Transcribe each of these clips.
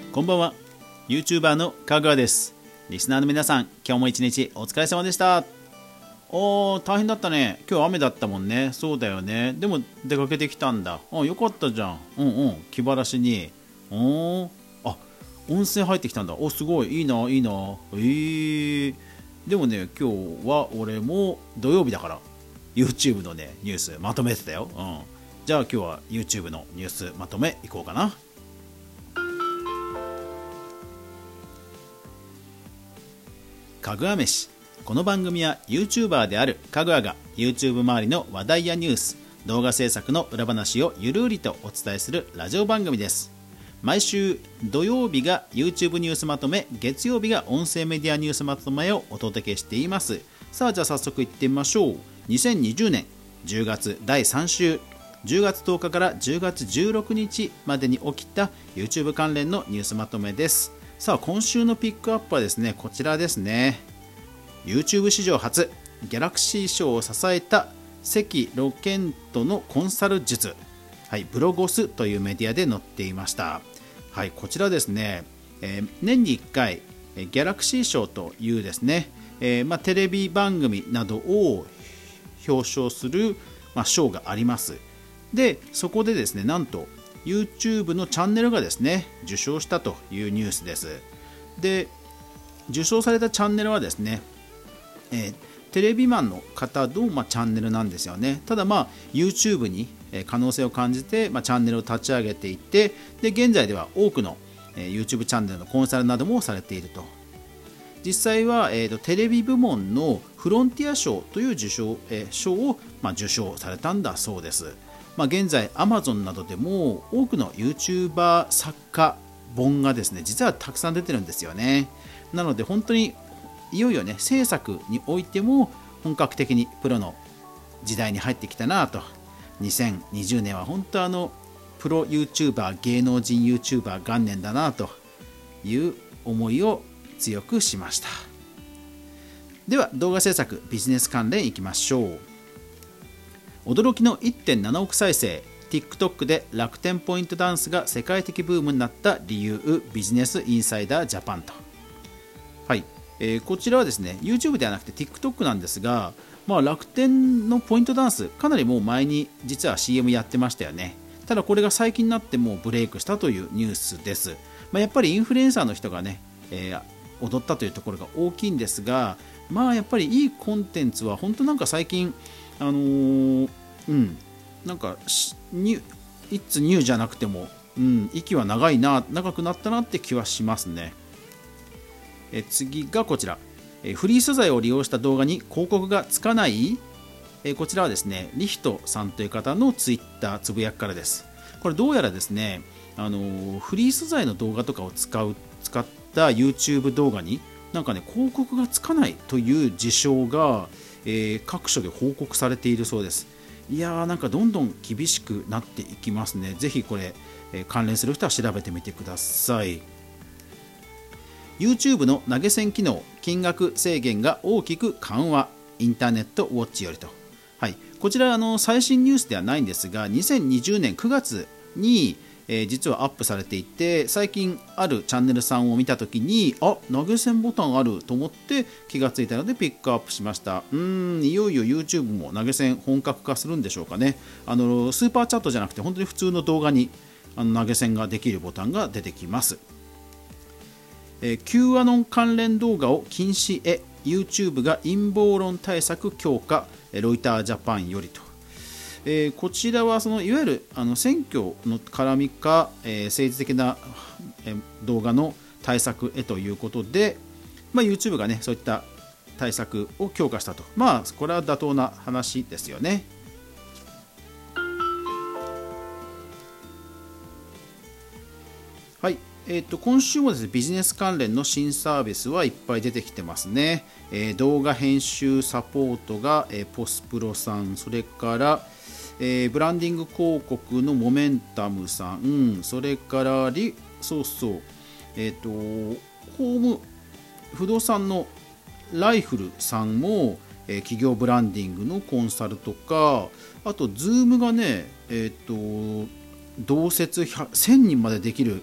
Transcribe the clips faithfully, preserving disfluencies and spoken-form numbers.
こんばんは。 YouTuber のかぐわです。リスナーの皆さん、今日も一日お疲れ様でした。おー、大変だったね。今日雨だったもんね。そうだよね。でも出かけてきたんだ。あ、よかったじゃん。うんうん、気晴らしに。おー、あ、温泉入ってきたんだ。お、すごい、いいないいな。えー、でもね、今日は俺も土曜日だから YouTube のねニュースまとめてたよ。うん、じゃあ今日は YouTube のニュースまとめいこうかな。かぐわ飯。この番組は YouTuber であるかぐわが YouTube 周りの話題やニュース、動画制作の裏話をゆるりとお伝えするラジオ番組です。毎週土曜日が YouTube ニュースまとめ、月曜日が音声メディアニュースまとめをお届けしています。さあ、じゃあ早速いってみましょう。にせんにじゅうねんじゅうがつだいさん週、じゅうがつとおかからじゅうがつじゅうろくにちまでに起きた YouTube 関連のニュースまとめです。さあ、今週のピックアップはですね、こちらですね。 YouTube 史上初、ギャラクシー賞を支えた関ロケントのコンサル術、はい、ブロゴスというメディアで載っていました。はい、こちらですね、えー、年にいっかいギャラクシー賞というですね、えーまあ、テレビ番組などを表彰する、まあ、賞があります。で、そこでですね、なんと YouTube のチャンネルがですね受賞したというニュースです。で、受賞されたチャンネルはですね、えー、テレビマンの方の、まあ、チャンネルなんですよね。ただ、まあ、YouTube に可能性を感じて、まあ、チャンネルを立ち上げていて、で現在では多くの、えー、YouTube チャンネルのコンサルなどもされていると。実際は、えーと、テレビ部門のフロンティア賞という受賞、えー、賞を、まあ、受賞されたんだそうです。まあ、現在 Amazon などでも多くの YouTuber 作家本がですね、実はたくさん出てるんですよね。なので本当にいよいよね、制作においても本格的にプロの時代に入ってきたなと。にせんにじゅうねんは本当あのプロ YouTuber、芸能人 YouTuber 元年だなという思いを強くしました。では動画制作ビジネス関連いきましょう。驚きの いってんななおく再生、 TikTok で楽天ポイントダンスが世界的ブームになった理由、ビジネスインサイダージャパンと。はい、えー、こちらはですね YouTube ではなくて TikTok なんですが、まあ、楽天のポイントダンス、かなりもう前に実は シーエム やってましたよね。ただこれが最近になってもうブレイクしたというニュースです。まあ、やっぱりインフルエンサーの人がね、えー、踊ったというところが大きいんですが、まあやっぱりいいコンテンツは本当なんか最近あのー、うんなんかニュいつニューじゃなくても、うん、息は長いな長くなったなって気はしますね。え次がこちら、えフリー素材を利用した動画に広告がつかない。えこちらはですねリヒトさんという方のツイッターつぶやきからです。これどうやらですね、あのフリー素材の動画とかを使う使った YouTube 動画になんかね広告がつかないという事象が、えー、各所で報告されているそうです。いやー、なんかどんどん厳しくなっていきますね。ぜひこれ、えー、関連する人は調べてみてください。 YouTube の投げ銭機能、金額制限が大きく緩和、インターネットウォッチよりと。はい、こちらあの最新ニュースではないんですが、にせんにじゅうねんくがつにえー、実はアップされていて、最近あるチャンネルさんを見たときに、あ、投げ銭ボタンあると思って気がついたのでピックアップしました。うーん、いよいよ YouTube も投げ銭本格化するんでしょうかね。あのスーパーチャットじゃなくて本当に普通の動画にあの投げ銭ができるボタンが出てきます。えー、Q アノン関連動画を禁止へ、 YouTube が陰謀論対策強化、ロイタージャパンよりと。えー、こちらはそのいわゆるあの選挙の絡みか、えー、政治的な、えー、動画の対策へということで、まあ、YouTube がねそういった対策を強化したと。まあこれは妥当な話ですよね。はい、えー、と今週もですねビジネス関連の新サービスはいっぱい出てきてますね。えー、動画編集サポートが、えー、ポスプロさん、それからえー、ブランディング広告のモメンタムさん、うん、それからリそうそうえっ、ー、とホーム不動産のライフルさんも、えー、企業ブランディングのコンサルとか、あとズームがね、えっ、ー、と同説せんにんまでできる、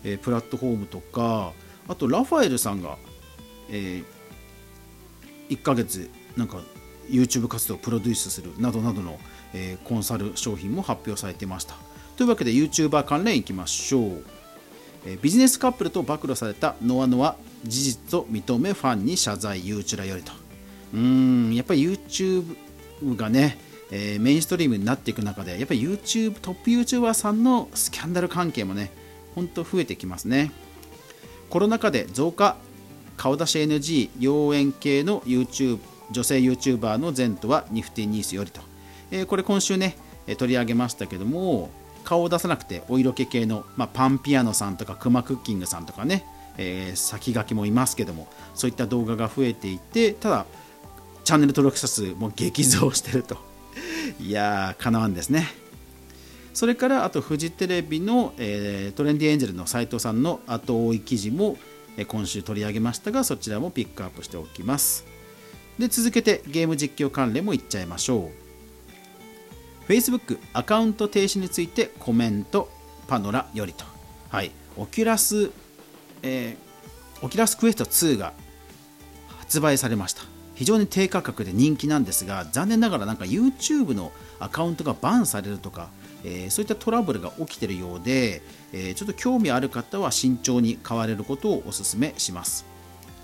えー、プラットフォームとか、あとラファエルさんが、えー、いっかげつなんか YouTube 活動をプロデュースするなどなどの、えー、コンサル商品も発表されていました。というわけで YouTuber 関連いきましょう。えー、ビジネスカップルと暴露されたノアノア事実と認めファンに謝罪ユーチュラよりと。うーんやっぱり YouTube がね、えー、メインストリームになっていく中でやっぱり YouTube トップ YouTuber さんのスキャンダル関係もね本当増えてきますね。コロナ禍で増加、顔出し エヌジー 妖艶系の YouTube 女性 YouTuber の前途はニフティニースよりと、えー、これ今週ね取り上げましたけども、顔を出さなくてお色気系の、まあ、パンピアノさんとかクマクッキングさんとかね、えー、先駆けもいますけども、そういった動画が増えていて、ただチャンネル登録者数も激増してるといやーかなわんですね。それからあとフジテレビの、えー、トレンディエンジェルの斉藤さんの後追い記事も、えー、今週取り上げましたが、そちらもピックアップしておきます。で続けてゲーム実況関連もいっちゃいましょう。 Facebook アカウント停止についてコメントパノラよりと、はい、オキュラス、えー、オキュラスクエストツーが発売されました。非常に低価格で人気なんですが、残念ながらなんか YouTube のアカウントがバンされるとか、えー、そういったトラブルが起きているようで、えー、ちょっと興味ある方は慎重に買われることをお勧めします。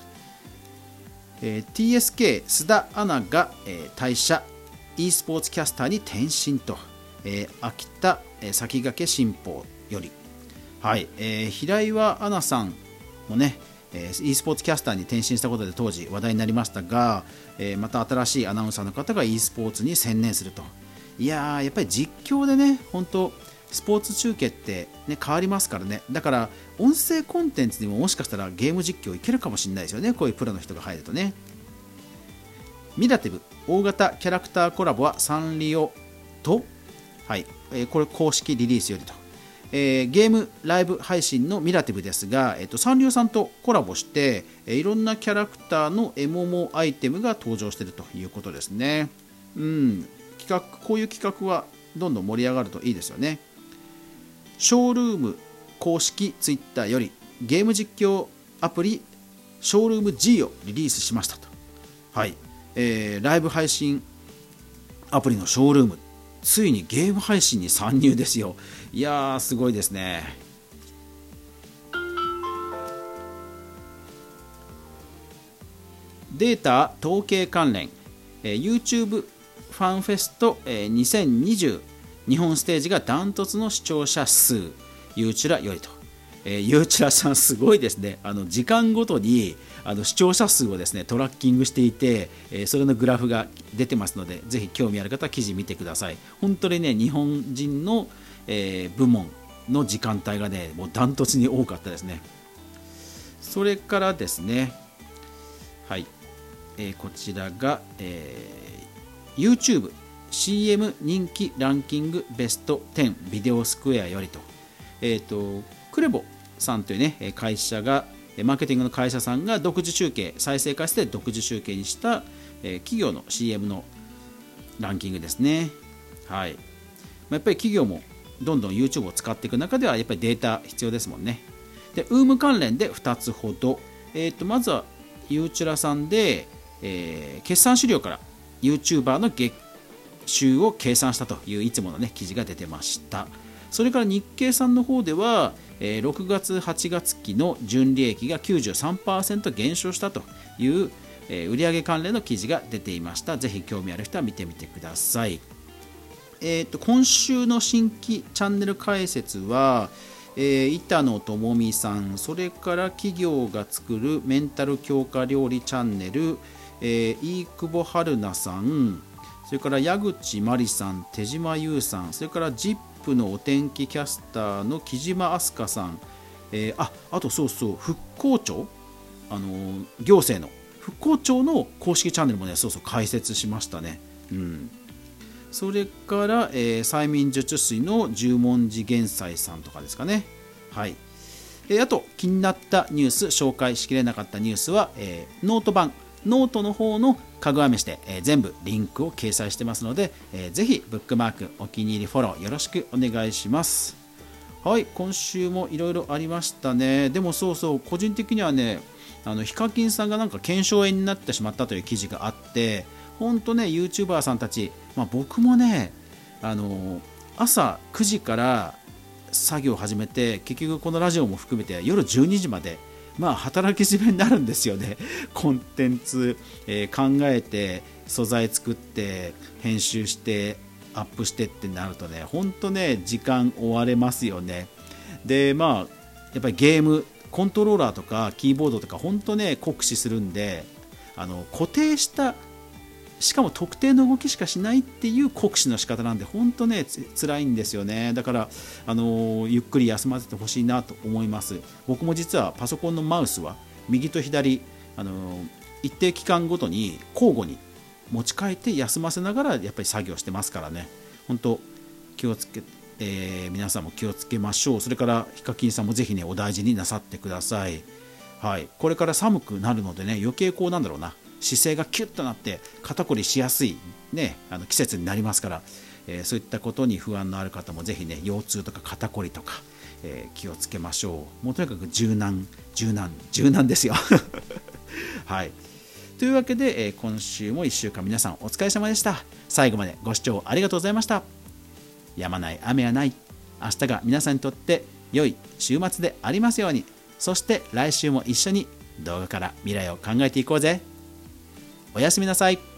えー、ティーエスケー 須田アナが、えー、退社 e スポーツキャスターに転身と、えー、秋田、えー、先駆け新報より、はいえー、平岩アナさんもね、えー、e スポーツキャスターに転身したことで当時話題になりましたが、えー、また新しいアナウンサーの方が e スポーツに専念すると。いやーやっぱり実況でね、本当スポーツ中継って、ね、変わりますからね。だから音声コンテンツにももしかしたらゲーム実況いけるかもしれないですよね、こういうプロの人が入るとね。ミラティブ大型キャラクターコラボはサンリオと、はいえー、これ公式リリースよりと、えー、ゲームライブ配信のミラティブですが、えー、とサンリオさんとコラボして、えー、いろんなキャラクターのエモモアイテムが登場しているということですね。うん企画こういう企画はどんどん盛り上がるといいですよね。ショールーム公式ツイッターよりゲーム実況アプリショールーム G をリリースしましたと。はい、えー、ライブ配信アプリのショールーム、ついにゲーム配信に参入ですよ。いやーすごいですね。データ統計関連、えー、YouTube ファンフェスト、えー、にせんにじゅう日本ステージがダントツの視聴者数、ユーチュラよりと、えー、ユーチュラさんすごいですね。あの時間ごとにあの視聴者数をですねトラッキングしていて、えー、それのグラフが出てますので、ぜひ興味ある方は記事見てください。本当にね日本人の、えー、部門の時間帯がねもうダントツに多かったですね。それからですね、はい、えー、こちらが、えー、YouTubeシーエム 人気ランキングベストじゅうビデオスクエアよりと、えーと、クレボさんというね会社が、マーケティングの会社さんが独自集計、再生回数で独自集計にした、えー、企業の シーエム のランキングですね。はい、やっぱり企業もどんどん YouTube を使っていく中ではやっぱりデータ必要ですもんね。で、ウーム関連でふたつほど、えーと、まずはユーチュラさんで、えー、決算資料から YouTuber の月収を計算したといういつもの、ね、記事が出てました。それから日経さんの方では、えー、ろくがつはちがつ期の純利益が きゅうじゅうさんパーセント 減少したという、えー、売上関連の記事が出ていました。ぜひ興味ある人は見てみてください。えー、と今週の新規チャンネル解説は、えー、板野友美さん、それから企業が作るメンタル強化料理チャンネル、えー、飯久保春菜さん、それから矢口真理さん、手島優さん、それから ジップ のお天気キャスターの木島明日香さん、えー、あ, あとそうそう復興庁、あのー、行政の復興庁の公式チャンネルもねそうそう開設しましたね。うん、それから、えー、催眠術師の十文字玄斎さんとかですかね。はい、えー、あと気になったニュース、紹介しきれなかったニュースは、えー、ノート版ノートの方のかぐわ飯で、えー、全部リンクを掲載してますので、えー、ぜひブックマーク、お気に入り、フォローよろしくお願いします。 はい、今週もいろいろありましたね。でもそうそう、個人的にはね、あのヒカキンさんがなんか腱鞘炎になってしまったという記事があって、本当ね、YouTuber さんたち、まあ、僕もね、あの朝くじから作業を始めて、結局このラジオも含めて夜じゅうにじまで、まあ、働き詰めになるんですよね。コンテンツ、えー、考えて、素材作って、編集して、アップしてってなるとね、本当ね、時間追われますよね。で、まあ、やっぱりゲーム、コントローラーとかキーボードとか、本当ね、酷使するんで、あの固定した、しかも特定の動きしかしないっていう酷使の仕方なんで、本当ね、つ辛いんですよね。だから、あのゆっくり休ませてほしいなと思います。僕も実はパソコンのマウスは右と左、あの一定期間ごとに交互に持ち替えて休ませながらやっぱり作業してますからね。本当気をつけ、えー、皆さんも気をつけましょう。それからヒカキンさんもぜひね、お大事になさってください。はい、これから寒くなるのでね、余計こうなんだろうな、姿勢がキュッとなって肩こりしやすい、ね、あの季節になりますから、えー、そういったことに不安のある方もぜひね、腰痛とか肩こりとか、えー、気をつけましょう。もうとにかく柔軟柔軟柔軟ですよはい、というわけで、えー、今週もいっしゅうかん皆さんお疲れ様でした。最後までご視聴ありがとうございました。やまない雨はない。明日が皆さんにとって良い週末でありますように。そして来週も一緒に動画から未来を考えていこうぜ。おやすみなさい。